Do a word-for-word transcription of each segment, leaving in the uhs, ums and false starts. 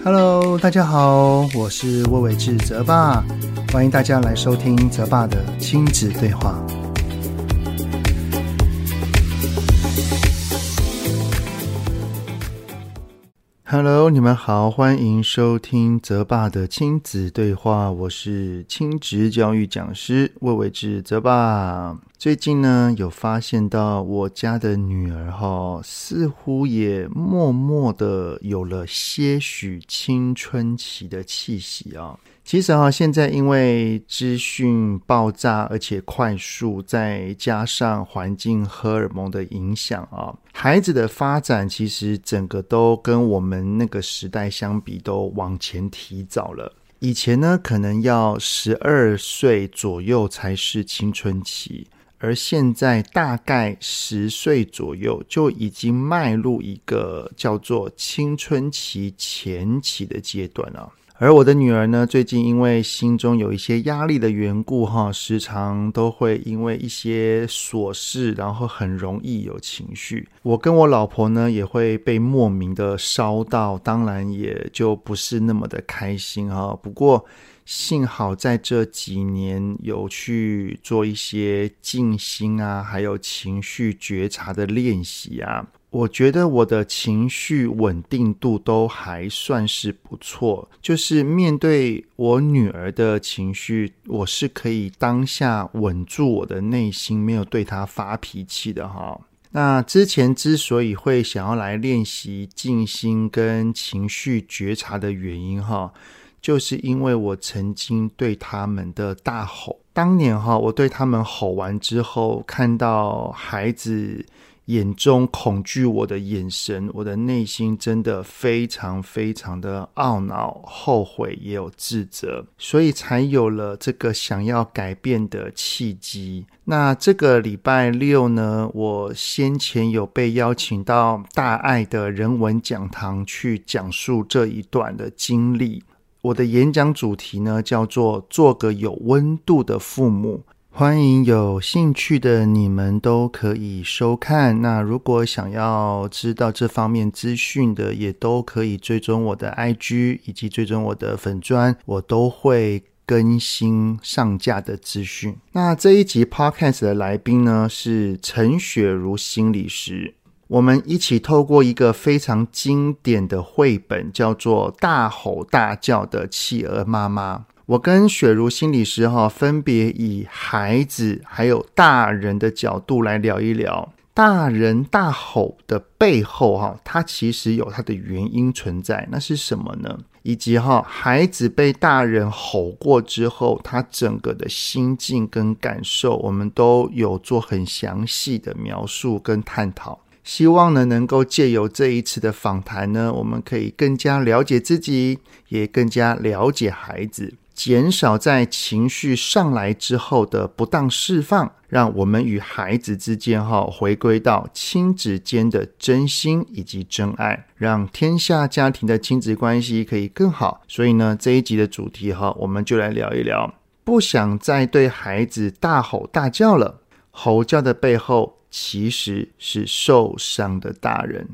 Hello， 大家好，我是魏伟志泽爸，欢迎大家来收听泽爸的亲子对话。Hello， 你们好，欢迎收听泽爸的亲子对话，我是亲职教育讲师魏伟志泽爸。最近呢，有发现到我家的女儿哈，似乎也默默的有了些许青春期的气息啊。其实啊，现在因为资讯爆炸，而且快速，再加上环境荷尔蒙的影响啊，孩子的发展其实整个都跟我们那个时代相比，都往前提早了。以前呢，可能要十二岁左右才是青春期，而现在大概十岁左右就已经迈入一个叫做青春期前期的阶段了。而我的女儿呢，最近因为心中有一些压力的缘故哈，时常都会因为一些琐事，然后很容易有情绪。我跟我老婆呢，也会被莫名的烧到，当然也就不是那么的开心哈。不过幸好在这几年有去做一些静心啊，还有情绪觉察的练习啊，我觉得我的情绪稳定度都还算是不错，就是面对我女儿的情绪，我是可以当下稳住我的内心，没有对她发脾气的哈。那之前之所以会想要来练习静心跟情绪觉察的原因哈，就是因为我曾经对他们的大吼。当年哈，我对他们吼完之后，看到孩子眼中恐惧我的眼神，我的内心真的非常非常的懊恼、后悔，也有自责，所以才有了这个想要改变的契机。那这个礼拜六呢，我先前有被邀请到大爱的人文讲堂去讲述这一段的经历。我的演讲主题呢，叫做做个有温度的父母。欢迎有兴趣的你们都可以收看，那如果想要知道这方面资讯的，也都可以追踪我的 I G 以及追踪我的粉专，我都会更新上架的资讯。那这一集 Podcast 的来宾呢，是陈雪茹心理师，我们一起透过一个非常经典的绘本，叫做《大吼大叫的企鹅妈妈》。我跟雪茹心理师哈，分别以孩子还有大人的角度来聊一聊大人大吼的背后哈，它其实有它的原因存在，那是什么呢？以及哈，孩子被大人吼过之后，他整个的心境跟感受，我们都有做很详细的描述跟探讨。希望呢，能够借由这一次的访谈呢，我们可以更加了解自己，也更加了解孩子，减少在情绪上来之后的不当释放，让我们与孩子之间回归到亲子间的真心以及真爱，让天下家庭的亲子关系可以更好。所以呢，这一集的主题我们就来聊一聊，不想再对孩子大吼大叫了，吼叫的背后其实是受伤的大人。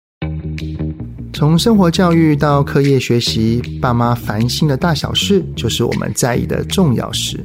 从生活教育到课业学习，爸妈烦心的大小事，就是我们在意的重要事。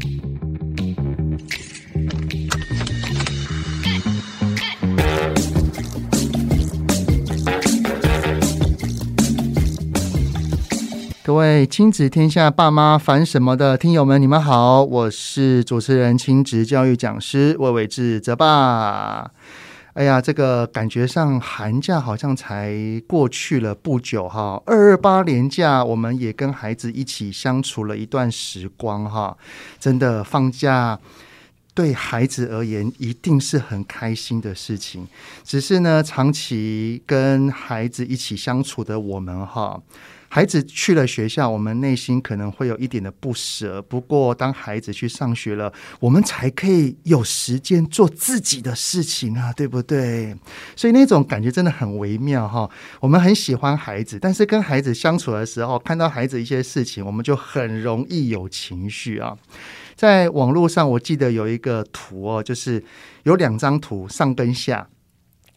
各位亲子天下爸妈烦什么的听友们，你们好，我是主持人亲职教育讲师魏伟志泽爸。哎呀，这个感觉上寒假好像才过去了不久哈，二二八连假我们也跟孩子一起相处了一段时光哈，真的放假对孩子而言一定是很开心的事情，只是呢，长期跟孩子一起相处的我们哈，孩子去了学校，我们内心可能会有一点的不舍，不过当孩子去上学了，我们才可以有时间做自己的事情啊，对不对？所以那种感觉真的很微妙哈。我们很喜欢孩子，但是跟孩子相处的时候，看到孩子一些事情，我们就很容易有情绪啊。在网络上我记得有一个图哦，就是有两张图上跟下，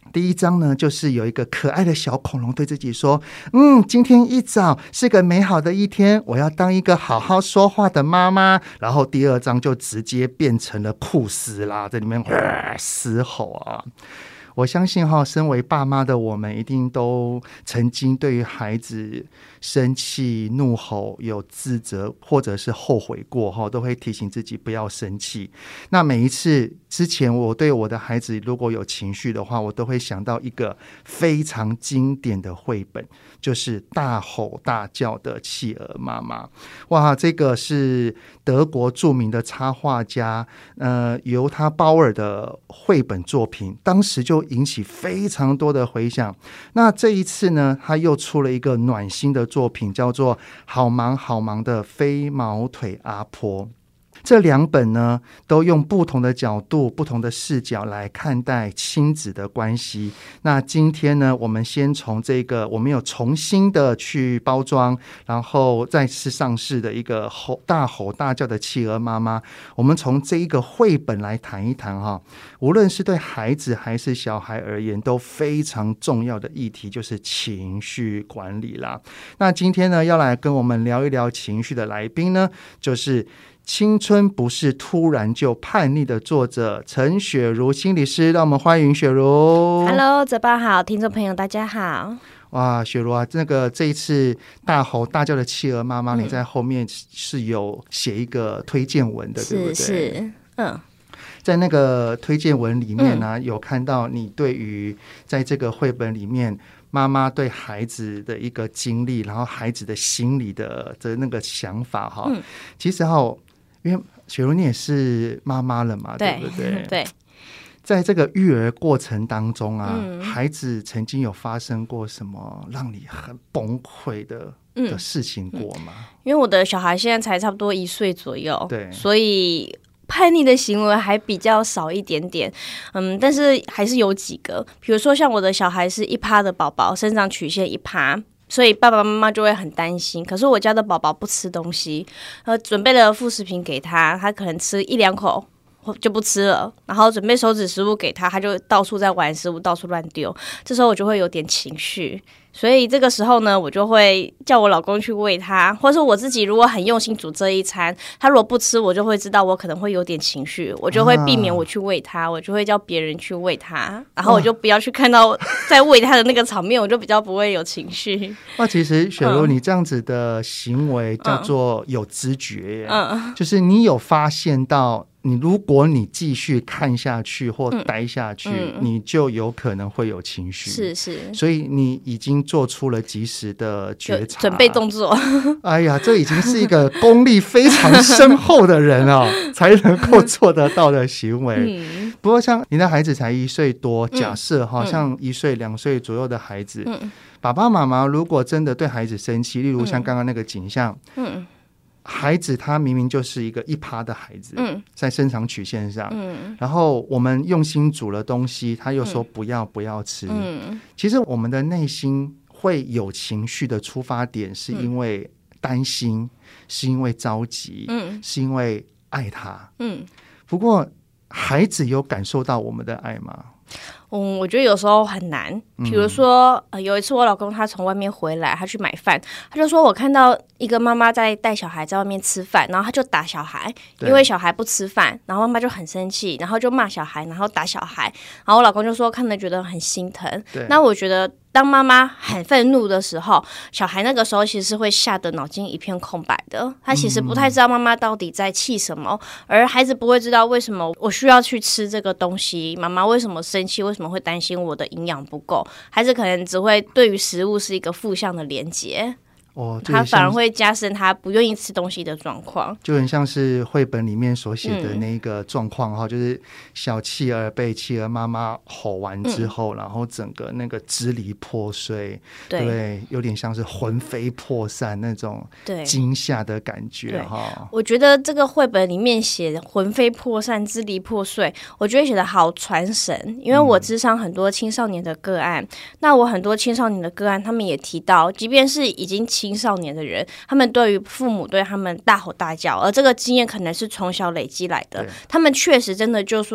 第一章呢，就是有一个可爱的小恐龙对自己说，嗯，今天一早是个美好的一天，我要当一个好好说话的妈妈。然后第二章就直接变成了酷斯拉，在里面嘶吼啊。我相信哈，身为爸妈的我们一定都曾经对于孩子生气、怒吼有自责或者是后悔过哈，都会提醒自己不要生气。那每一次之前我对我的孩子如果有情绪的话，我都会想到一个非常经典的绘本，就是大吼大叫的企鹅妈妈。哇，这个是德国著名的插画家呃犹他鲍尔的绘本作品，当时就引起非常多的回响。那这一次呢，他又出了一个暖心的作品，叫做好忙好忙的飞毛腿阿婆。这两本呢，都用不同的角度、不同的视角来看待亲子的关系。那今天呢，我们先从这个我们有重新的去包装，然后再次上市的一个吼大吼大叫的企鹅妈妈，我们从这一个绘本来谈一谈哈。无论是对孩子还是小孩而言，都非常重要的议题就是情绪管理啦。那今天呢，要来跟我们聊一聊情绪的来宾呢，就是青春不是突然就叛逆的作者陈雪茹心理师，让我们欢迎雪茹。 Hello， 泽爸好，听众朋友大家好。 哇，雪茹啊，那个这一次大吼大叫的企鹅妈妈、嗯、你在后面是有写一个推荐文的，对不对？ 是是，嗯， 在那个推荐文里面呢、啊嗯，有看到你对于在这个绘本里面妈妈对孩子的一个经历，然后孩子的心理的的那个想法哈、嗯。其实哈，因为雪茹你也是妈妈了嘛， 对, 对不对？ 对。 在这个育儿过程当中啊、嗯，孩子曾经有发生过什么让你很崩溃的、嗯、的事情过吗？ 因为我的小孩现在才差不多一岁左右， 对， 所以叛逆的行为还比较少一点点，嗯，但是还是有几个，比如说像我的小孩是一趴的宝宝，生长曲线一趴。所以爸爸妈妈就会很担心，可是我家的宝宝不吃东西，呃，准备了副食品给他，他可能吃一两口就不吃了，然后准备手指食物给他，他就到处在玩食物，到处乱丢，这时候我就会有点情绪，所以这个时候呢，我就会叫我老公去喂他，或是我自己如果很用心煮这一餐，他如果不吃，我就会知道我可能会有点情绪，我就会避免我去喂他，我就会叫别人去喂他，然后我就不要去看到在喂他的那个场面，我就比较不会有情绪。 那其实雪茹、嗯、你这样子的行为叫做有知觉耶、嗯、就是你有发现到你如果你继续看下去或待下去、嗯嗯、你就有可能会有情绪， 是是， 所以你已经做出了及时的觉察准备动作。 哎呀，这已经是一个功力非常深厚的人哦才能够做得到的行为、嗯、不过像你的孩子才一岁多，假设哈、嗯，像一岁两岁左右的孩子、嗯、爸爸妈妈如果真的对孩子生气，例如像刚刚那个景象，嗯，孩子他明明就是一个一趴的孩子、嗯、在生长曲线上、嗯、然后我们用心煮了东西，他又说不要、嗯、不要吃、嗯、其实我们的内心会有情绪的出发点是因为担心、嗯、是因为着急、嗯、是因为爱他、嗯、不过孩子有感受到我们的爱吗？ 嗯，我觉得有时候很难。比如说、嗯呃、有一次我老公他从外面回来，他去买饭，他就说我看到一个妈妈在带小孩在外面吃饭，然后他就打小孩，因为小孩不吃饭，然后妈妈就很生气，然后就骂小孩，然后打小孩，然后我老公就说看了觉得很心疼。那我觉得当妈妈很愤怒的时候，小孩那个时候其实是会吓得脑筋一片空白的，他其实不太知道妈妈到底在气什么、嗯、而孩子不会知道为什么我需要去吃这个东西，妈妈为什么生气，为什么会担心我的营养不够，孩子可能只会对于食物是一个负向的连结，哦，他反而会加深他不愿意吃东西的状况， 就很像是绘本里面所写的那个状况、嗯、就是小企鹅被企鹅妈妈吼完之后、嗯、然后整个那个支离破碎， 对, 对，有点像是魂飞魄散那种惊吓的感觉。 我觉得这个绘本里面写魂飞魄散支离破碎，我觉得写得好传神，因为我諮商很多青少年的个案、嗯、那我很多青少年的个案他们也提到，即便是已经青少年的人，他们对于父母对他们大吼大叫，而这个经验可能是从小累积来的，他们确实真的就说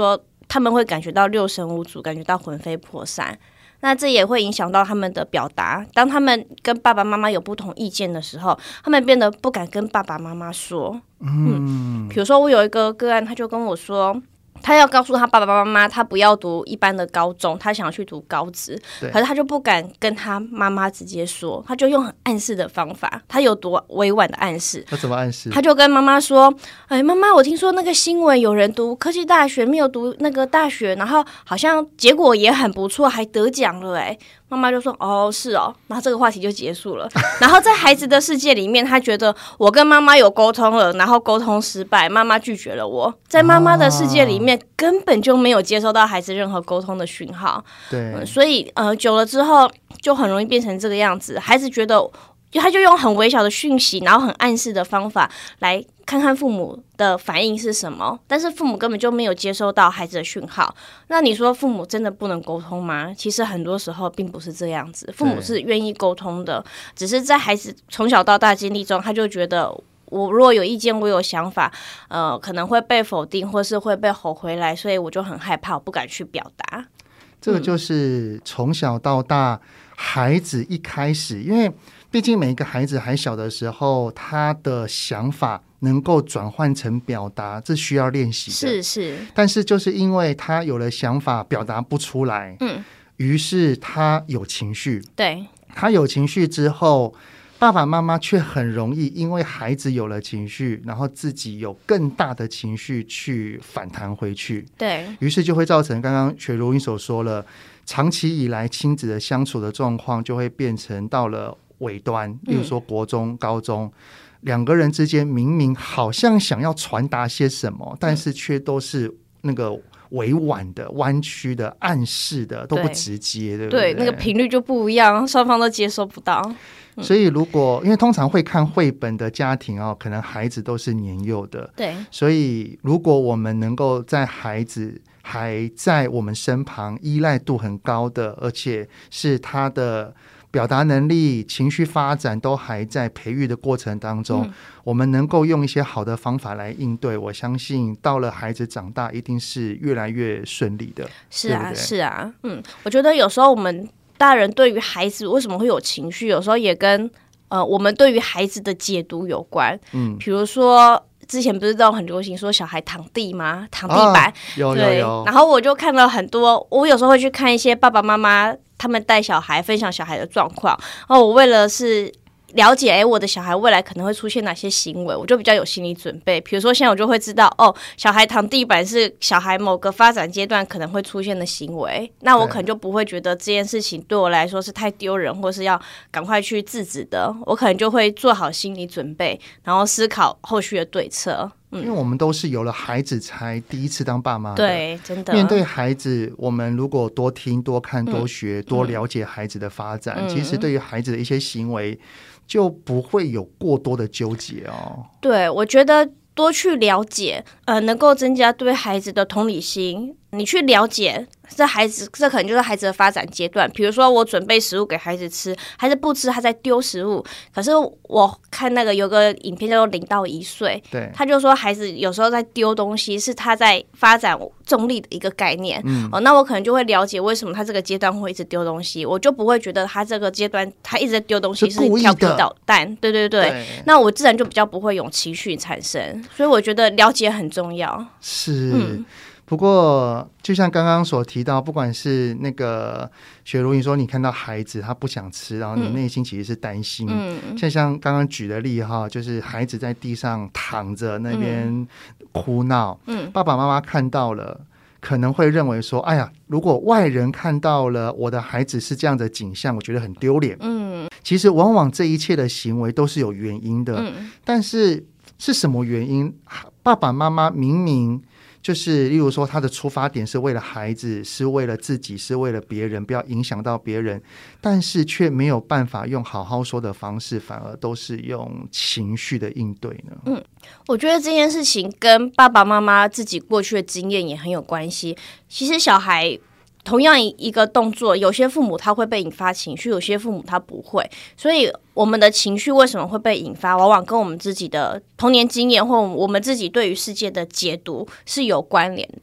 他们会感觉到六神无主，感觉到魂飞魄散。那这也会影响到他们的表达。当他们跟爸爸妈妈有不同意见的时候，他们变得不敢跟爸爸妈妈说。嗯，比如说我有一个个案，他就跟我说，他要告诉他爸爸妈妈，他不要读一般的高中，他想要去读高职，可是他就不敢跟他妈妈直接说，他就用很暗示的方法。他有多委婉的暗示？ 他怎么暗示？ 他就跟妈妈说：“哎，妈妈，我听说那个新闻有人读科技大学，没有读那个大学，然后好像结果也很不错，还得奖了。”哎，妈妈就说：“哦，是哦。”然后这个话题就结束了。然后在孩子的世界里面，他觉得我跟妈妈有沟通了，然后沟通失败，妈妈拒绝了我。在妈妈的世界里面，根本就没有接收到孩子任何沟通的讯号。 对， 嗯、所以呃，久了之后就很容易变成这个样子。孩子觉得。就他就用很微小的讯息，然后很暗示的方法来看看父母的反应是什么，但是父母根本就没有接收到孩子的讯号。那你说父母真的不能沟通吗？其实很多时候并不是这样子，父母是愿意沟通的，只是在孩子从小到大经历中，他就觉得我如果有意见，我有想法，呃，可能会被否定，或是会被吼回来，所以我就很害怕，我不敢去表达。 这个就是从小到大，孩子一开始，因为毕竟每一个孩子还小的时候，他的想法能够转换成表达，这需要练习的。 是是， 但是就是因为他有了想法，表达不出来，嗯，于是他有情绪。 对， 他有情绪之后，爸爸妈妈却很容易因为孩子有了情绪，然后自己有更大的情绪去反弹回去。 对， 于是就会造成刚刚雪如你所说了，长期以来亲子的相处的状况就会变成到了尾端，例如说国中、高中，两个人之间明明好像想要传达些什么，但是却都是那个委婉的、弯曲的、暗示的，都不直接，对不对？ 对，那个频率就不一样，双方都接收不到。 嗯、所以如果因为通常会看绘本的家庭哦，可能孩子都是年幼的， 对， 所以如果我们能够在孩子还在我们身旁，依赖度很高的，而且是他的表达能力、情绪发展都还在培育的过程当中、嗯、我们能够用一些好的方法来应对，我相信到了孩子长大一定是越来越顺利的。 是啊， 对对是啊，嗯，我觉得有时候我们大人对于孩子为什么会有情绪，有时候也跟呃我们对于孩子的解读有关。嗯，比如说之前不是都很流行说小孩躺地吗？躺地板、啊、 有有有。 然后我就看了很多，我有时候会去看一些爸爸妈妈他们带小孩分享小孩的状况，然后我为了是了解哎，我的小孩未来可能会出现哪些行为，我就比较有心理准备。比如说现在我就会知道哦，小孩躺地板是小孩某个发展阶段可能会出现的行为，那我可能就不会觉得这件事情对我来说是太丢人或是要赶快去制止的，我可能就会做好心理准备，然后思考后续的对策。 嗯、因为我们都是有了孩子才第一次当爸妈的， 对，真的面对孩子，我们如果多听多看多学、嗯、多了解孩子的发展、嗯、其实对于孩子的一些行为就不会有过多的纠结哦。 对，我觉得多去了解呃，能够增加对孩子的同理心。你去了解这孩子，这可能就是孩子的发展阶段。比如说我准备食物给孩子吃，孩子不吃，他在丢食物。可是我看那个有个影片叫做零到一岁， 对， 他就说孩子有时候在丢东西是他在发展重力的一个概念、嗯哦、那我可能就会了解为什么他这个阶段会一直丢东西，我就不会觉得他这个阶段他一直在丢东西是调皮捣蛋。对对 对, 对，那我自然就比较不会有情绪产生。所以我觉得了解很重要。 是、嗯，不过就像刚刚所提到，不管是那个雪如你说你看到孩子他不想吃，然后你内心其实是担心、嗯、像像刚刚举的例哈，就是孩子在地上躺着那边哭闹、嗯、爸爸妈妈看到了可能会认为说，哎呀，如果外人看到了我的孩子是这样的景象，我觉得很丢脸。嗯，其实往往这一切的行为都是有原因的、嗯、但是是什么原因？爸爸妈妈明明就是例如说他的出发点是为了孩子，是为了自己，是为了别人，不要影响到别人，但是却没有办法用好好说的方式，反而都是用情绪的应对呢。 嗯，我觉得这件事情跟爸爸妈妈自己过去的经验也很有关系。其实小孩同样一个动作，有些父母他会被引发情绪，有些父母他不会，所以我们的情绪为什么会被引发，往往跟我们自己的童年经验或我们自己对于世界的解读是有关联的。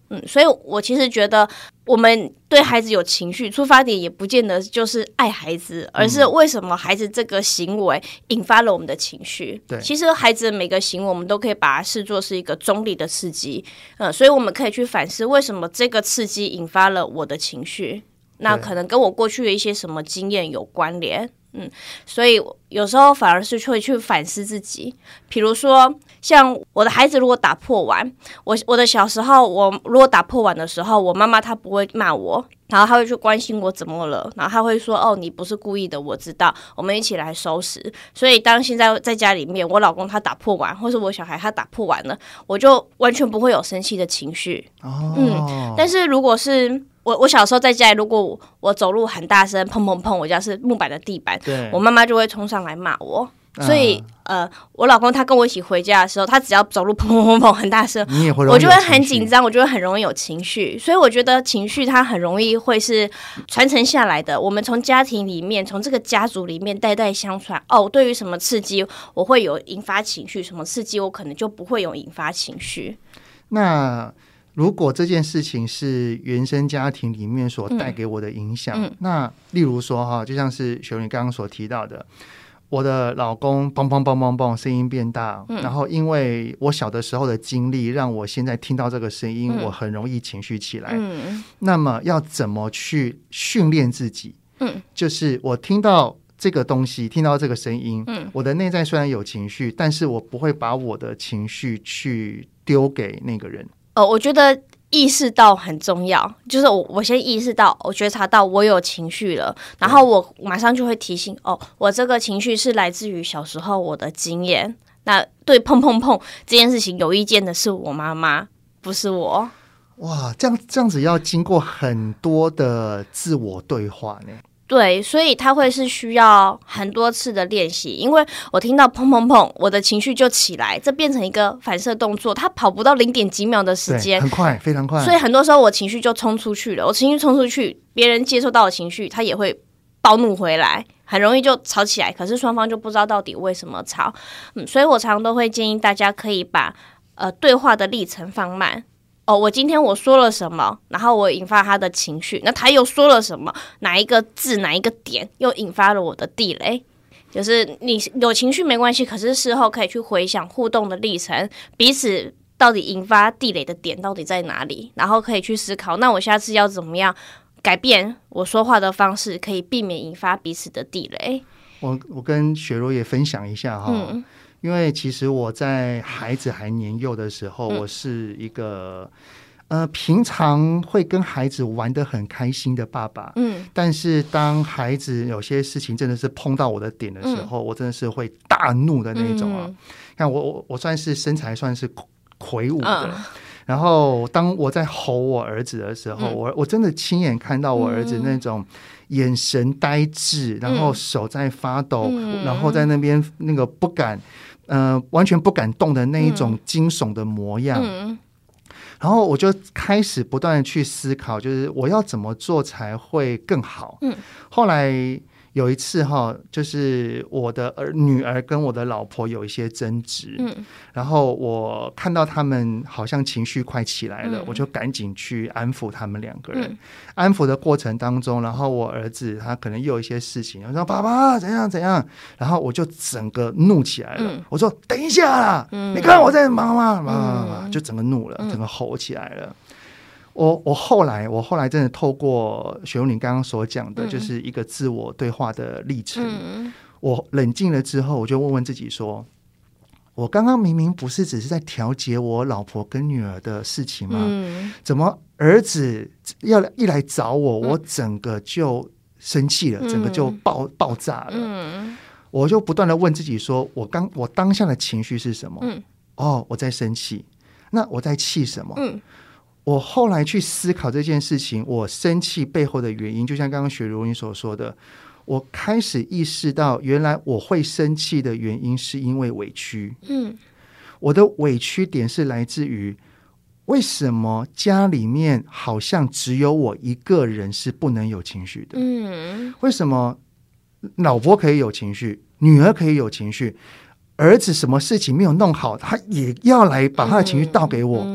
嗯，所以我其实觉得我们对孩子有情绪，出发点也不见得就是爱孩子，而是为什么孩子这个行为引发了我们的情绪。 对， 其实孩子的每个行为，我们都可以把它视作是一个中立的刺激，嗯，所以我们可以去反思为什么这个刺激引发了我的情绪，那可能跟我过去的一些什么经验有关联。嗯，所以有时候反而是会去反思自己，比如说像我的孩子如果打破碗，我我的小时候，我如果打破碗的时候，我妈妈她不会骂我，然后她会去关心我怎么了，然后她会说哦，你不是故意的，我知道，我们一起来收拾。所以当现在在家里面，我老公他打破碗，或是我小孩他打破碗了，我就完全不会有生气的情绪。 哦， 嗯，但是如果是我我小时候在家里，如果 我, 我走路很大声，砰砰砰，我家是木板的地板，我妈妈就会冲上来骂我。所以、嗯、呃，我老公他跟我一起回家的时候，他只要走路砰砰砰砰很大声， 你也会我就会很紧张，我就会很容易有情绪。所以我觉得情绪它很容易会是传承下来的，我们从家庭里面，从这个家族里面代代相传。哦，对于什么刺激我会有引发情绪，什么刺激我可能就不会有引发情绪。 那如果这件事情是原生家庭里面所带给我的影响、嗯嗯、那例如说哈，就像是雪茹你刚刚所提到的，我的老公嘣嘣嘣嘣嘣声音变大、嗯、然后因为我小的时候的经历让我现在听到这个声音、嗯、我很容易情绪起来、嗯、那么要怎么去训练自己、嗯、就是我听到这个东西，听到这个声音、嗯、我的内在虽然有情绪，但是我不会把我的情绪去丢给那个人。 呃，我觉得意识到很重要，就是我我先意识到，我觉察到我有情绪了，然后我马上就会提醒，哦，我这个情绪是来自于小时候我的经验。那对碰碰碰这件事情有意见的是我妈妈，不是我。 哇，这样这样子要经过很多的自我对话呢。 对，所以它会是需要很多次的练习，因为我听到砰砰砰，我的情绪就起来，这变成一个反射动作，它跑不到零点几秒的时间， 很快，非常快。 所以很多时候我情绪就冲出去了，我情绪冲出去，别人接受到的情绪，他也会暴怒回来，很容易就吵起来。可是双方就不知道到底为什么吵，嗯，所以我常常都会建议大家可以把呃对话的历程放慢。哦，我今天我说了什么，然后我引发他的情绪，那他又说了什么，哪一个字哪一个点又引发了我的地雷。就是你有情绪没关系，可是事后可以去回想互动的历程，彼此到底引发地雷的点到底在哪里，然后可以去思考，那我下次要怎么样改变我说话的方式，可以避免引发彼此的地雷。 我我跟雪茹也分享一下哈、嗯，因为其实我在孩子还年幼的时候，嗯、我是一个呃平常会跟孩子玩得很开心的爸爸，嗯，但是当孩子有些事情真的是碰到我的点的时候，嗯、我真的是会大怒的那一种啊。嗯、看我我我算是身材算是魁梧的。嗯，然后当我在吼我儿子的时候，嗯、我我真的亲眼看到我儿子那种眼神呆滞，嗯、然后手在发抖，嗯、然后在那边那个不敢呃完全不敢动的那一种惊悚的模样，嗯、然后我就开始不断的去思考，就是我要怎么做才会更好。嗯、后来有一次哈，就是我的儿女儿跟我的老婆有一些争执，嗯，然后我看到他们好像情绪快起来了，嗯、我就赶紧去安抚他们两个人。嗯、安抚的过程当中，然后我儿子他可能又有一些事情，我说爸爸怎样怎样，然后我就整个怒起来了。嗯、我说等一下啦，嗯、你看我在忙吗？妈妈就整个怒了，嗯、整个吼起来了。我我后来我后来真的透过雪茹你刚刚所讲的，就是一个自我对话的历程。嗯、我冷静了之后，我就问问自己说，我刚刚明明不是只是在调节我老婆跟女儿的事情吗？嗯、怎么儿子要一来找我，我整个就生气了，嗯、整个就爆爆炸了。嗯、我就不断的问自己说，我刚我当下的情绪是什么？嗯、哦，我在生气。那我在气什么？嗯，我后来去思考这件事情，我生气背后的原因，就像刚刚雪茹你所说的，我开始意识到，原来我会生气的原因是因为委屈。嗯，我的委屈点是来自于，为什么家里面好像只有我一个人是不能有情绪的？嗯，为什么老婆可以有情绪，女儿可以有情绪，儿子什么事情没有弄好，他也要来把他的情绪倒给我？嗯嗯，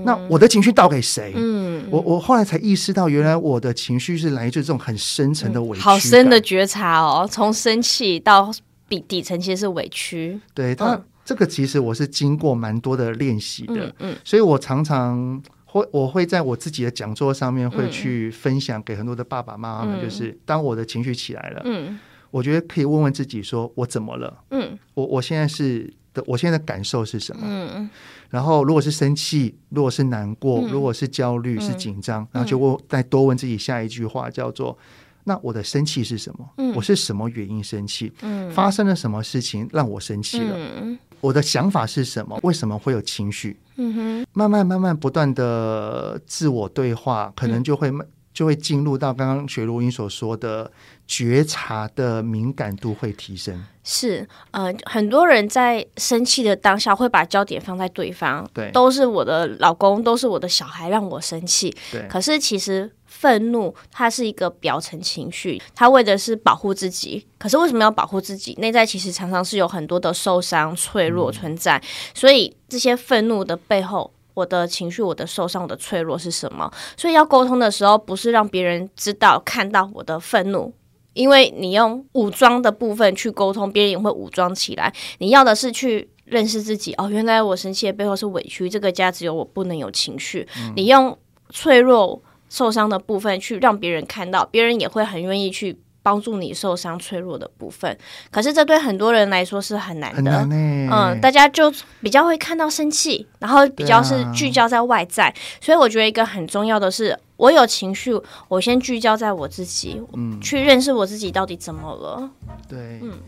那我的情绪倒给谁？ 嗯， 我我后来才意识到，原来我的情绪是来自这种很深层的委屈感、嗯、 好深的觉察哦，从生气到比底层其实是委屈。 对，他、嗯、这个其实我是经过蛮多的练习的、嗯嗯、所以我常常会我会在我自己的讲座上面会去分享给很多的爸爸妈妈们、嗯、就是当我的情绪起来了，嗯，我觉得可以问问自己说我怎么了，嗯，我我现在是我现在的感受是什么，嗯，然后如果是生气，如果是难过、嗯、如果是焦虑、嗯、是紧张，然后就问再多问自己下一句话，叫做那我的生气是什么、嗯、我是什么原因生气、嗯、发生了什么事情让我生气了、嗯、我的想法是什么，为什么会有情绪、嗯、哼，慢慢慢慢不断的自我对话，可能就会、嗯就会进入到刚刚学如英所说的觉察的敏感度会提升。 是，呃，很多人在生气的当下会把焦点放在对方， 对， 都是我的老公，都是我的小孩让我生气。 对， 可是其实愤怒它是一个表层情绪，它为的是保护自己。可是为什么要保护自己？内在其实常常是有很多的受伤、脆弱存在，嗯、所以这些愤怒的背后，我的情绪、我的受伤、我的脆弱是什么？所以要沟通的时候，不是让别人知道、看到我的愤怒，因为你用武装的部分去沟通，别人也会武装起来。你要的是去认识自己，哦，原来我生气的背后是委屈，这个家只有我不能有情绪。嗯、你用脆弱、受伤的部分去让别人看到，别人也会很愿意去帮助你受伤脆弱的部分。可是这对很多人来说是很难的， 很难欸、 嗯，大家就比较会看到生气，然后比较是聚焦在外在、啊、所以我觉得一个很重要的是，我有情绪，我先聚焦在我自己、嗯、去认识我自己到底怎么了。 对，嗯，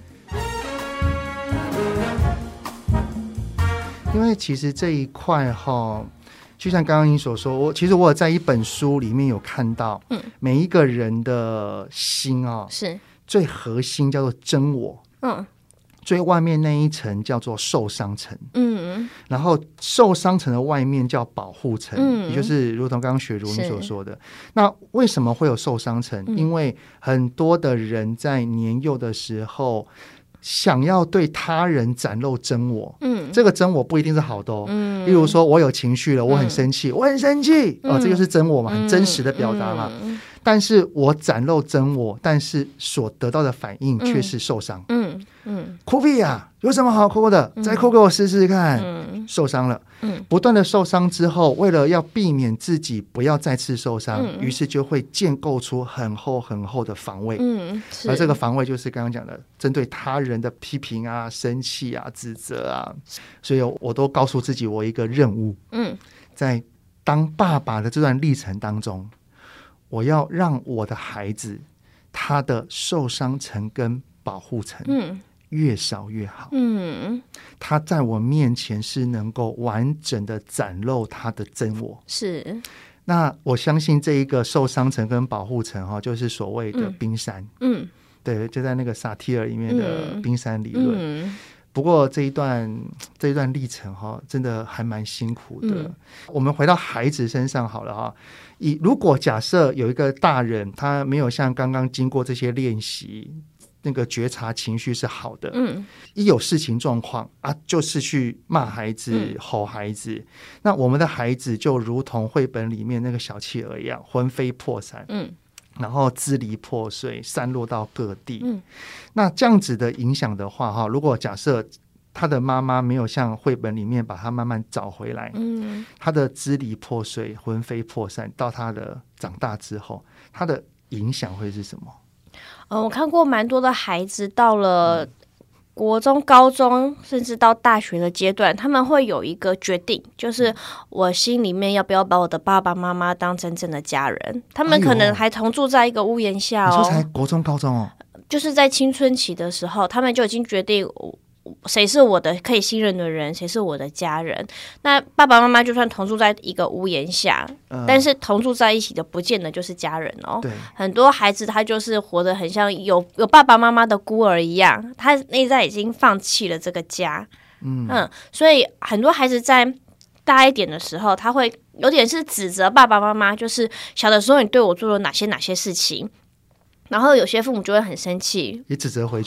因为其实这一块哈，就像刚刚你所说，我其实我有在一本书里面有看到，嗯，每一个人的心啊、哦， 是最核心叫做真我，嗯，最外面那一层叫做受伤层，嗯，然后受伤层的外面叫保护层，嗯，也就是如同刚刚雪如你所说的。那为什么会有受伤层？嗯、因为很多的人在年幼的时候，想要对他人展露真我，嗯，这个真我不一定是好的哦，嗯，例如说我有情绪了，我很生气，嗯、我很生气，哦，这就是真我嘛，很真实的表达嘛。嗯、但是我展露真我，但是所得到的反应却是受伤。嗯嗯，哭屁呀，有什么好哭的？再哭给我试试看。嗯，受伤了。嗯，不断的受伤之后，为了要避免自己不要再次受伤，嗯、于是就会建构出很厚很厚的防卫。嗯，而这个防卫就是刚刚讲的，针对他人的批评啊、生气啊、指责啊。所以我都告诉自己，我一个任务。嗯，在当爸爸的这段历程当中，我要让我的孩子他的受伤层跟保护层，嗯，越少越好。嗯，他在我面前是能够完整的展露他的真我。 是， 那我相信这一个受伤层跟保护层、哦、就是所谓的冰山。嗯，对，就在那个萨提尔里面的冰山理论。嗯嗯，不过这一段这一段历程、哦、真的还蛮辛苦的。嗯、我们回到孩子身上好了哈、哦。以如果假设有一个大人，他没有像刚刚经过这些练习，那个觉察情绪是好的，嗯，一有事情状况啊，就是去骂孩子、嗯、吼孩子，那我们的孩子就如同绘本里面那个小企鹅一样，魂飞魄散，嗯，然后支离破碎，散落到各地。嗯，那这样子的影响的话，哈，如果假设他的妈妈没有像绘本里面把他慢慢找回来，嗯，他的支离破碎、魂飞魄散，到他的长大之后，他的影响会是什么？ 嗯，我看过蛮多的孩子到了国中、高中，甚至到大学的阶段，他们会有一个决定，就是我心里面要不要把我的爸爸妈妈当真正的家人。他们可能还同住在一个屋檐下哦。 你说才国中、高中哦？ 就是在青春期的时候，他们就已经决定谁是我的可以信任的人，谁是我的家人。那爸爸妈妈就算同住在一个屋檐下、呃、但是同住在一起的不见得就是家人哦。 对，很多孩子他就是活得很像有有爸爸妈妈的孤儿一样，他内在已经放弃了这个家。 嗯, 嗯所以很多孩子在大一点的时候，他会有点是指责爸爸妈妈，就是小的时候你对我做了哪些哪些事情，然后有些父母就会很生气， 也指责回去。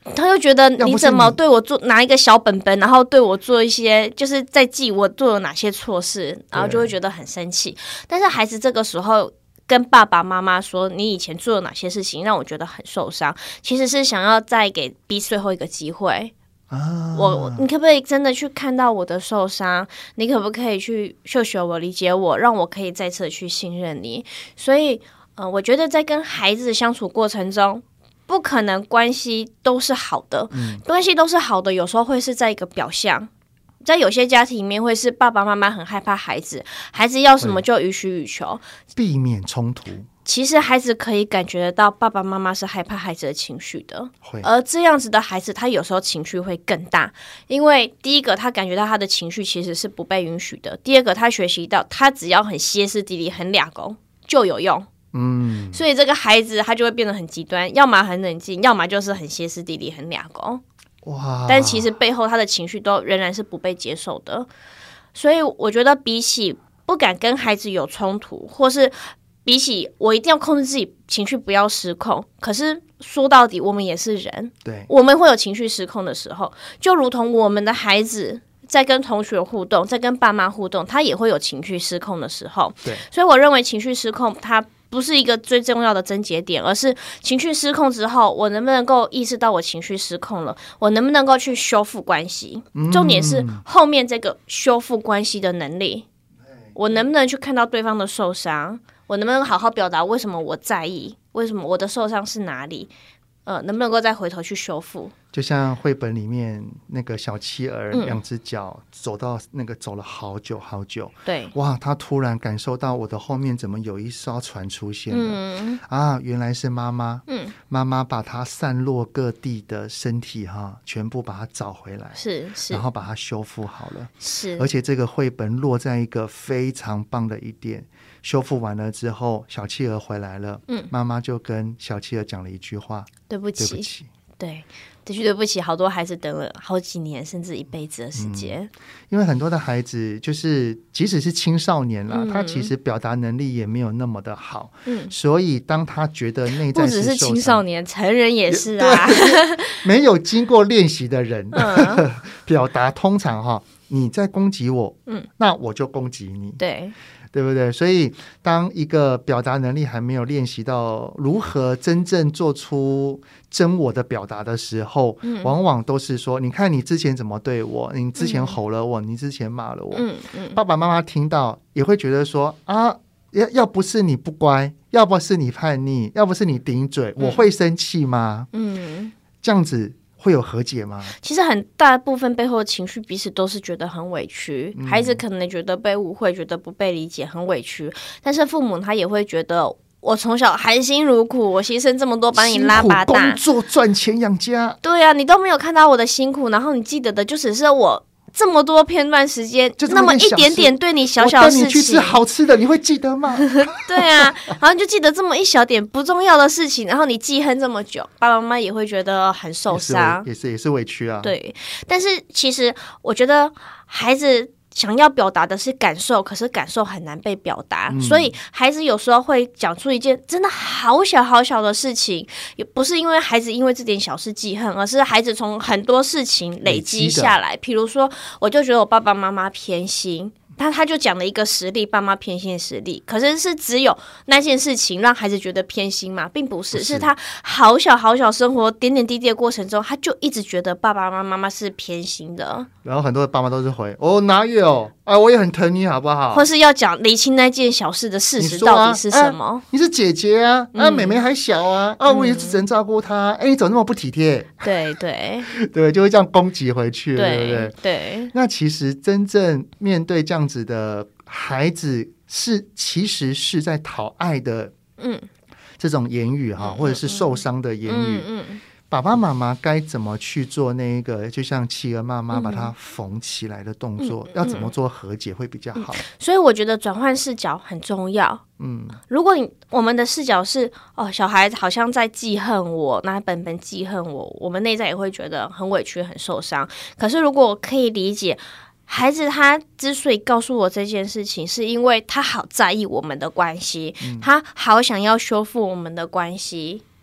他就觉得你怎么对我做拿一个小本本，然后对我做一些就是在记我做了哪些错事，然后就会觉得很生气。但是孩子这个时候跟爸爸妈妈说你以前做了哪些事情让我觉得很受伤，其实是想要再给彼此最后一个机会。啊、我你可不可以真的去看到我的受伤？你可不可以去秀秀我、理解我，让我可以再次的去信任你？所以，呃，我觉得在跟孩子相处过程中，不可能关系都是好的，嗯、关系都是好的，有时候会是在一个表象。在有些家庭里面，会是爸爸妈妈很害怕孩子，孩子要什么就予取予求， 避免冲突。 其实孩子可以感觉得到爸爸妈妈是害怕孩子的情绪的，而这样子的孩子他有时候情绪会更大，因为第一个他感觉到他的情绪其实是不被允许的，第二个他学习到他只要很歇斯底里很俩公就有用。嗯，所以这个孩子他就会变得很极端，要么很冷静，要么就是很歇斯底里很俩公。哇！但其实背后他的情绪都仍然是不被接受的，所以我觉得比起不敢跟孩子有冲突，或是比起我一定要控制自己情绪不要失控，可是说到底我们也是人，对，我们会有情绪失控的时候，就如同我们的孩子在跟同学互动，在跟爸妈互动，他也会有情绪失控的时候。对，所以我认为情绪失控它不是一个最重要的症结点，而是情绪失控之后，我能不能够意识到我情绪失控了，我能不能够去修复关系、嗯、重点是后面这个修复关系的能力，我能不能去看到对方的受伤，我能不能好好表达为什么我在意，为什么我的受伤是哪里，呃，能不能够再回头去修复。 就像绘本里面那个小企鹅、嗯、两只脚走到那个走了好久好久，对，哇，他突然感受到我的后面怎么有一艘船出现了、嗯、啊，原来是妈妈，嗯，妈妈把他散落各地的身体哈，全部把它找回来，是是，然后把它修复好了，是，而且这个绘本落在一个非常棒的一点，修复完了之后，小企鹅回来了，嗯，妈妈就跟小企鹅讲了一句话：对不起，对不起， 对。的确对不起，好多孩子等了好几年甚至一辈子的时间、嗯、 因为很多的孩子就是即使是青少年啦、嗯、他其实表达能力也没有那么的好、嗯、所以当他觉得内在是受伤，不只是青少年，成人也是啊， 没有经过练习的人、嗯、表达通常哈，你在攻击我、嗯、那我就攻击你，对对不对？所以当一个表达能力还没有练习到如何真正做出真我的表达的时候、嗯、往往都是说你看你之前怎么对我，你之前吼了我、嗯、你之前骂了我、嗯嗯、爸爸妈妈听到也会觉得说啊，要要不是你不乖，要不是你叛逆，要不是你顶嘴、嗯、我会生气吗？嗯，这样子会有和解吗？ 其实很大部分背后的情绪彼此都是觉得很委屈、嗯、孩子可能觉得被误会，觉得不被理解，很委屈，但是父母他也会觉得我从小含辛茹苦，我牺牲这么多把你拉拔大， 工作赚钱养家， 对啊，你都没有看到我的辛苦，然后你记得的就只是我这么多片段时间，就那么一点点对你小小的事情，我带你去吃好吃的，你会记得吗？ 对啊，然后你就记得这么一小点不重要的事情，然后你记恨这么久，爸爸妈妈也会觉得很受伤， 也是也是委屈啊。 对，但是其实我觉得孩子想要表达的是感受，可是感受很难被表达、嗯、所以孩子有时候会讲出一件真的好小好小的事情，也不是因为孩子因为这点小事记恨，而是孩子从很多事情累积下来，比如说我就觉得我爸爸妈妈偏心，他他就讲了一个实例，爸妈偏心的实例，可是是只有那件事情让孩子觉得偏心嘛，并不是，不是是他好小好小生活点点滴滴的过程中，他就一直觉得爸爸妈妈是偏心的。然后很多的爸妈都是回哦哪有啊，我也很疼你好不好， 或是要讲厘清那件小事的事实到底是什么。 你,、啊啊、你是姐姐啊，啊妹妹还小啊，啊我也只能照顾她，哎、嗯，你怎么那么不体贴？ 对对对，就会这样攻击回去， 对对不对？ 对。 那其实真正面对这样子的孩子，是其实是在讨爱的，嗯，这种言语哈、嗯，或者是受伤的言语，嗯嗯，爸爸妈妈该怎么去做那一个，就像企鹅妈妈把它缝起来的动作，嗯、要怎么做和解会比较好？嗯、 所以我觉得转换视角很重要。嗯，如果你我们的视角是哦，小孩子好像在记恨我，拿本本记恨我，我们内在也会觉得很委屈、很受伤。可是如果我可以理解，孩子他之所以告诉我这件事情，是因为他好在意我们的关系、嗯、他好想要修复我们的关系，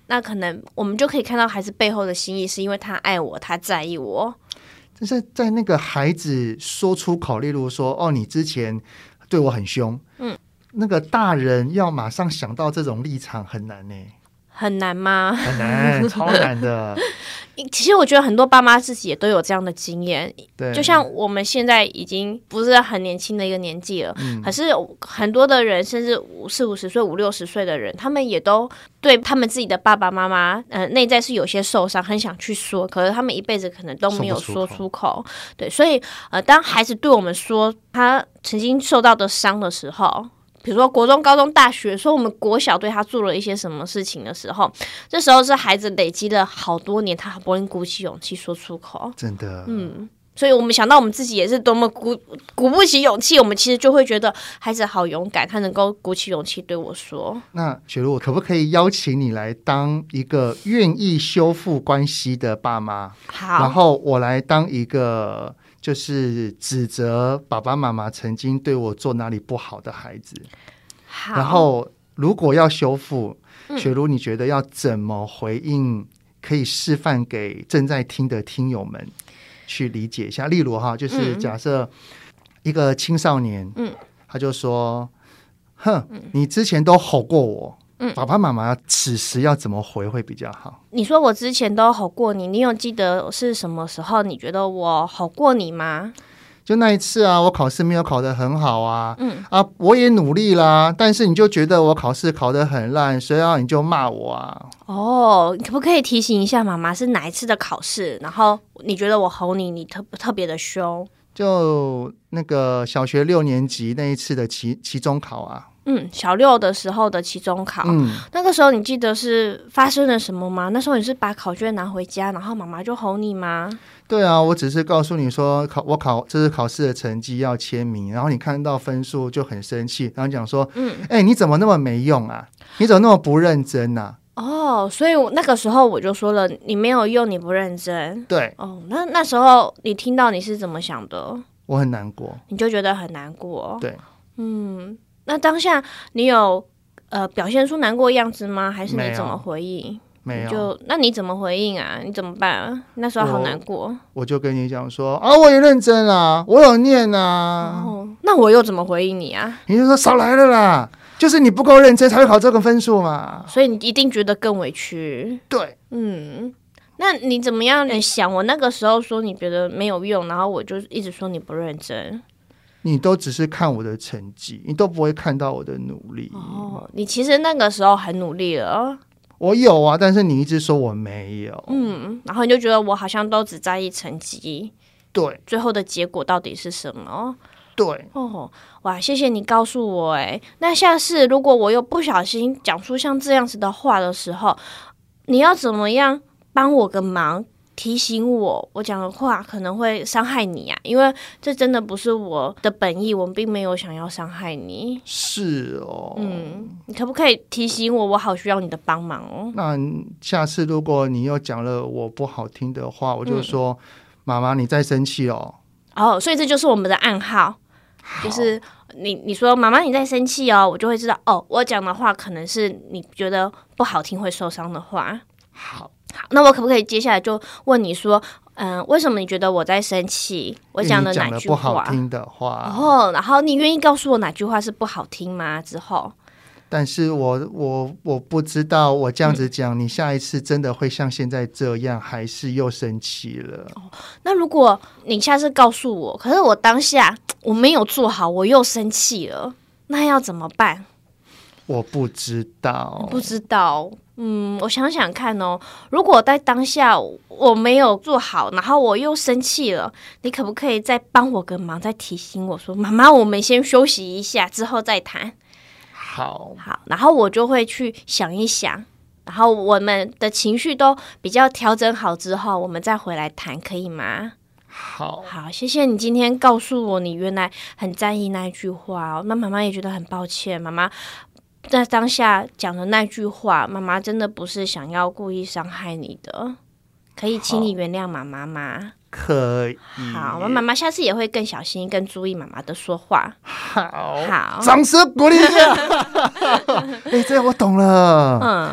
那可能我们就可以看到孩子背后的心意，是因为他爱我，他在意我。 但是在那个孩子说出口，例如说哦你之前对我很凶，嗯，那个大人要马上想到这种立场很难呢。 很难吗？ 很难，超难的。 其实我觉得很多爸妈自己也都有这样的经验， 对， 就像我们现在已经不是很年轻的一个年纪了，嗯、可是很多的人，甚至五四五十岁、五六十岁的人，他们也都对他们自己的爸爸妈妈，呃，内在是有些受伤，很想去说，可是他们一辈子可能都没有说出口。对，所以呃，当孩子对我们说他曾经受到的伤的时候，比如说国中、高中、大学，说我们国小对他做了一些什么事情的时候，这时候是孩子累积了好多年，他好不容易鼓起勇气说出口。 真的， 嗯，所以我们想到我们自己也是多么鼓鼓不起勇气，我们其实就会觉得孩子好勇敢，他能够鼓起勇气对我说。 那雪茹，我可不可以邀请你来当一个愿意修复关系的爸妈？ 好， 然后我来当一个就是指责爸爸妈妈曾经对我做哪里不好的孩子。 好， 然后如果要修复，嗯、雪茹你觉得要怎么回应，可以示范给正在听的听友们去理解一下？例如哈，就是假设一个青少年，嗯，他就说哼，你之前都吼过我，嗯，爸爸妈妈此时要怎么回会比较好？ 你说我之前都吼过你，你有记得是什么时候你觉得我吼过你吗？ 就那一次啊，我考试没有考得很好啊，嗯啊，我也努力啦，但是你就觉得我考试考得很烂，所以啊你就骂我啊。 哦，可不可以提醒一下妈妈是哪一次的考试？然后你觉得我吼你，你特特别的凶？ 就那个小学六年级那一次的期期中考啊。 嗯，小六的时候的期中考，嗯，那个时候你记得是发生了什么吗？那时候你是把考卷拿回家，然后妈妈就吼你吗？ 对啊，我只是告诉你说考我考这是考试的成绩要签名，然后你看到分数就很生气，然后讲说，嗯，哎、欸，你怎么那么没用啊？你怎么那么不认真啊？ 哦，所以那个时候我就说了，你没有用，你不认真。 对， 哦，那那时候你听到你是怎么想的？ 我很难过， 你就觉得很难过。 对， 嗯。那当下你有呃表现出难过的样子吗？还是你怎么回应？ 没有。 就那你怎么回应啊？你怎么办啊？那时候好难过。 我, 我就跟你讲说啊，我也认真啦，我有念啊。 哦，那我又怎么回应你啊？ 你就说少来了啦，就是你不够认真才会考这个分数嘛。 所以你一定觉得更委屈。 对， 嗯。那你怎么样想？我那个时候说你觉得没有用，然后我就一直说你不认真。 你都只是看我的成绩，你都不会看到我的努力。 哦，你其实那个时候很努力了。 我有啊，但是你一直说我没有。 嗯，然后你就觉得我好像都只在意成绩。 对， 最后的结果到底是什么？ 对。 哦，哇，谢谢你告诉我。哎，那下次如果我又不小心讲出像这样子的话的时候，你要怎么样帮我个忙？提醒我，我讲的话可能会伤害你啊，因为这真的不是我的本意，我并没有想要伤害你。 是哦， 嗯，你可不可以提醒我？我好需要你的帮忙哦。 那下次如果你又讲了我不好听的话，我就说、嗯、妈妈你在生气哦。 哦，所以这就是我们的暗号，就是你你说妈妈你在生气哦，我就会知道哦，我讲的话可能是你觉得不好听会受伤的话。 好。 好，那我可不可以接下来就问你说，嗯、呃，为什么你觉得我在生气？我讲了哪句话？ 不好听的话。 哦，然后你愿意告诉我哪句话是不好听吗？之后， 但是我我我不知道，我这样子讲、嗯，你下一次真的会像现在这样，还是又生气了？ 哦，那如果你下次告诉我，可是我当下我没有做好，我又生气了，那要怎么办？ 我不知道， 不知道。嗯，我想想看哦，如果在当下我没有做好，然后我又生气了，你可不可以再帮我个忙，再提醒我说，妈妈，我们先休息一下，之后再谈。 好， 好，然后我就会去想一想，然后我们的情绪都比较调整好之后，我们再回来谈，可以吗？ 好， 好，谢谢你今天告诉我你原来很在意那一句话哦，那妈妈也觉得很抱歉，妈妈在当下讲的那句话，妈妈真的不是想要故意伤害你的，可以请你原谅妈妈吗？ 可以。 好，妈妈下次也会更小心、更注意妈妈的说话。 好， 好， 掌声鼓励一下。哎、欸，这我懂了。 嗯，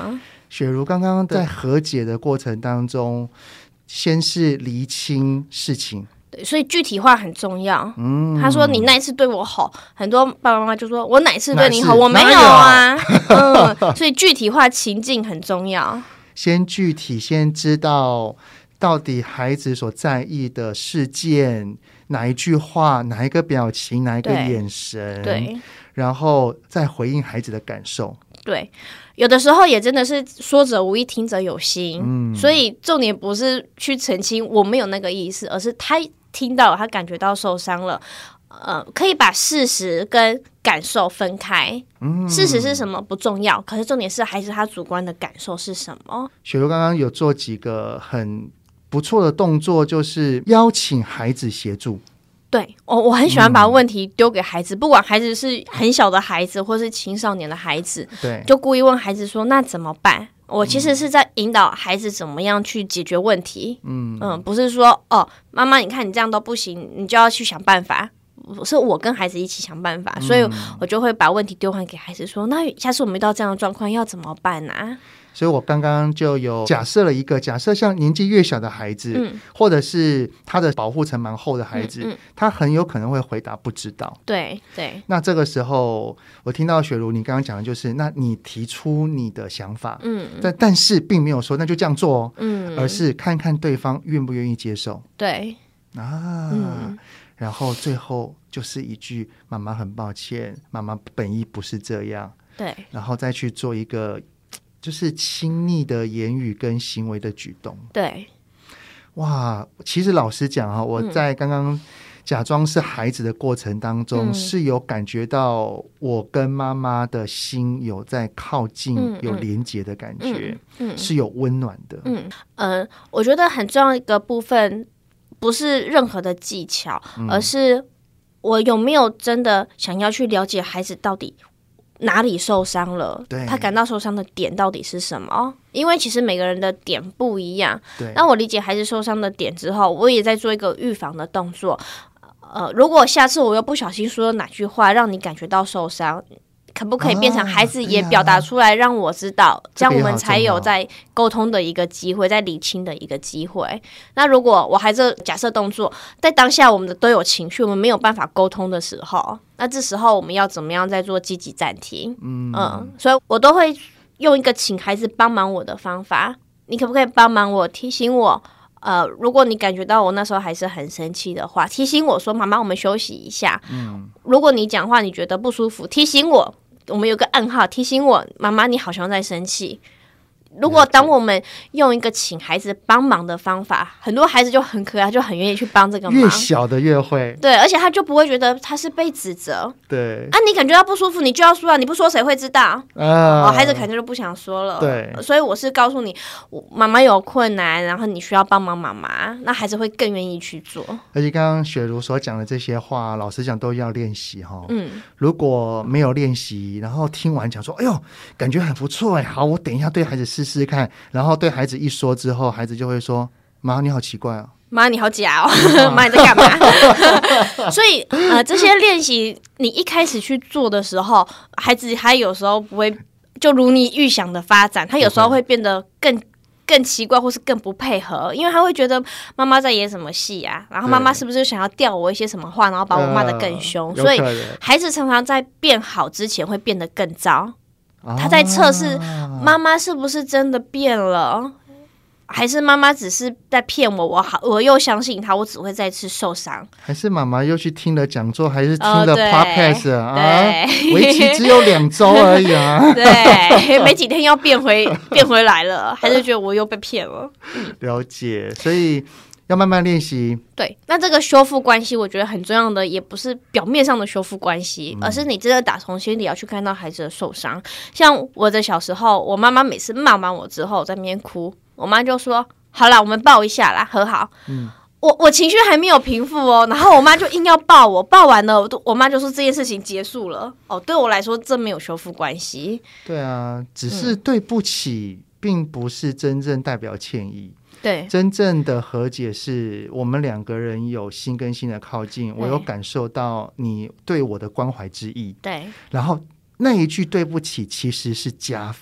雪茹刚刚在和解的过程当中，先是厘清事情， 对，所以具体化很重要。嗯，他说你那一次对我好，很多爸爸妈妈就说我哪一次对你好，我没有啊。嗯，所以具体化情境很重要。 先具体，先知道到底孩子所在意的事件，哪一句话，哪一个表情，哪一个眼神， 对， 然后再回应孩子的感受。 对，有的时候也真的是说者无意，听者有心。嗯，所以重点不是去澄清我没有那个意思，而是他听到了，他感觉到受伤了。呃，可以把事实跟感受分开。嗯，事实是什么不重要，可是重点是孩子他主观的感受是什么。 雪茹刚刚有做几个很不错的动作，就是邀请孩子协助。 对，我我很喜欢把问题丢给孩子、嗯、不管孩子是很小的孩子或是青少年的孩子， 对， 就故意问孩子说那怎么办。我其实是在引导孩子怎么样去解决问题。嗯嗯，不是说哦妈妈你看你这样都不行，你就要去想办法，是我跟孩子一起想办法。所以我就会把问题丢还给孩子说，那下次我们遇到这样的状况要怎么办啊。 所以我刚刚就有假设了一个假设，像年纪越小的孩子、嗯、或者是他的保护层蛮厚的孩子、嗯嗯、他很有可能会回答不知道。 对对， 那这个时候我听到雪茹你刚刚讲的就是那你提出你的想法，嗯，但但是并没有说那就这样做哦，嗯，而是看看对方愿不愿意接受。 对啊、嗯，然后最后就是一句妈妈很抱歉，妈妈本意不是这样。 对， 然后再去做一个就是亲密的言语跟行为的举动。 对， 哇，其实老实讲哈，我在刚刚假装是孩子的过程当中、嗯、是有感觉到我跟妈妈的心有在靠近、嗯、有连结的感觉、嗯嗯、是有温暖的。 嗯呃，我觉得很重要一个部分不是任何的技巧、嗯、而是我有没有真的想要去了解孩子到底哪里受伤了，他感到受伤的点到底是什么。因为其实每个人的点不一样。当我理解孩子受伤的点之后，我也在做一个预防的动作。呃，如果下次我又不小心说了哪句话让你感觉到受伤，可不可以变成孩子也表达出来让我知道、啊哎、这样我们才有在沟通的一个机会，在理清的一个机会。那如果我孩子假设动作在当下我们的都有情绪，我们没有办法沟通的时候，那这时候我们要怎么样再做积极暂停。 嗯, 嗯所以我都会用一个请孩子帮忙我的方法。你可不可以帮忙我提醒我呃，如果你感觉到我那时候还是很生气的话，提醒我说妈妈我们休息一下。嗯，如果你讲话你觉得不舒服，提醒我，我们有个暗号提醒我妈妈你好像在生气。如果当我们用一个请孩子帮忙的方法，很多孩子就很可爱，就很愿意去帮这个忙。 越小的越会。 对，而且他就不会觉得他是被指责。 对啊，你感觉到不舒服你就要说啊，你不说谁会知道啊、哦？孩子可能就不想说了。 对， 所以我是告诉你妈妈有困难，然后你需要帮忙妈妈，那孩子会更愿意去做。 而且刚刚雪茹所讲的这些话老实讲都要练习哈。嗯，如果没有练习，然后听完讲说哎呦感觉很不错哎，好我等一下对孩子试试看，然后对孩子一说之后，孩子就会说妈你好奇怪哦， 妈你好假哦妈你在干嘛所以呃，这些练习你一开始去做的时候，孩子他有时候不会就如你预想的发展，他有时候会变得更更奇怪或是更不配合，因为他会觉得妈妈在演什么戏啊，然后妈妈是不是想要吊我一些什么话，然后把我骂得更凶、呃、所以孩子常常在变好之前会变得更糟。他在测试妈妈是不是真的变了，还是妈妈只是在骗我，我好我又相信他，我只会再次受伤，还是妈妈又去听了讲座，还是听了 podcast、哦、啊？为期只有两周而已啊！ 对，没几天要变回变回来了，还是觉得我又被骗了。 了解，所以要慢慢练习。 对，那这个修复关系我觉得很重要的也不是表面上的修复关系、嗯、而是你真的打从心里要去看到孩子的受伤。像我的小时候，我妈妈每次骂完我之后在那边哭，我妈就说好啦我们抱一下啦和好、嗯、我我情绪还没有平复哦，然后我妈就硬要抱我，抱完了我妈就说这件事情结束了。哦，对我来说这没有修复关系。 对啊，只是对不起、嗯、并不是真正代表歉意。 对， 真正的和解是我们两个人有心跟心的靠近，我有感受到你对我的关怀之意。 对， 然后那一句对不起其实是加分。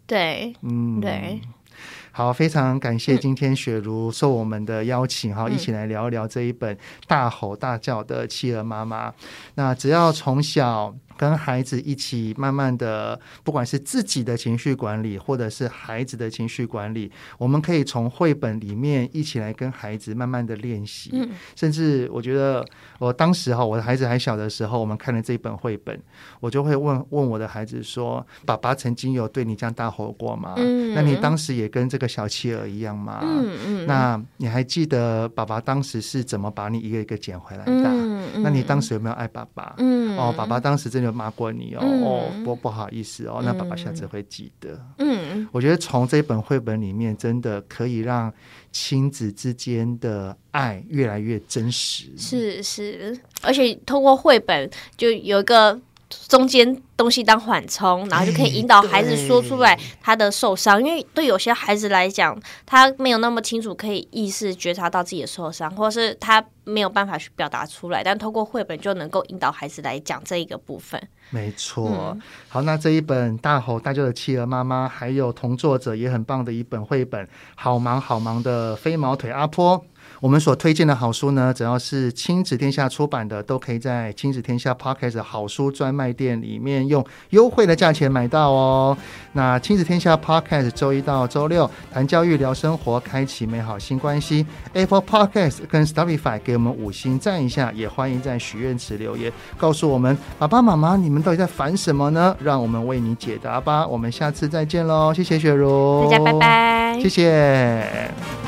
对，嗯，对。 好，非常感谢今天雪茹受我们的邀请，好、嗯，一起来聊一聊这一本大吼大叫的企鹅妈妈。那只要从小跟孩子一起慢慢的，不管是自己的情绪管理或者是孩子的情绪管理，我们可以从绘本里面一起来跟孩子慢慢的练习、嗯、甚至我觉得我当时我的孩子还小的时候，我们看了这一本绘本，我就会问问我的孩子说，爸爸曾经有对你这样大吼过吗、嗯、那你当时也跟这个小企鹅一样吗、嗯嗯、那你还记得爸爸当时是怎么把你一个一个捡回来的、嗯嗯、那你当时有没有爱爸爸、嗯、哦，爸爸当时真的有骂过你哦，嗯、哦不不好意思哦，那爸爸下次会记得。嗯，我觉得从这本绘本里面真的可以让亲子之间的爱越来越真实。 是是，而且透过绘本就有一个中间东西当缓冲，然后就可以引导孩子说出来他的受伤、欸、因为对有些孩子来讲，他没有那么清楚可以意识觉察到自己的受伤，或是他没有办法去表达出来，但透过绘本就能够引导孩子来讲这一个部分。 没错、嗯、好，那这一本大吼大叫的企鹅妈妈，还有同作者也很棒的一本绘本好忙好忙的飞毛腿阿波，我们所推荐的好书呢，只要是亲子天下出版的，都可以在亲子天下 Podcast 好书专卖店里面用优惠的价钱买到哦。那亲子天下 Podcast 周一到周六谈教育聊生活，开启美好新关系。 Apple Podcast 跟 Spotify 给我们五星赞一下，也欢迎在许愿池留言告诉我们，爸爸妈妈你们到底在烦什么呢？让我们为你解答吧。我们下次再见咯，谢谢雪茹， 大家拜拜， 谢谢。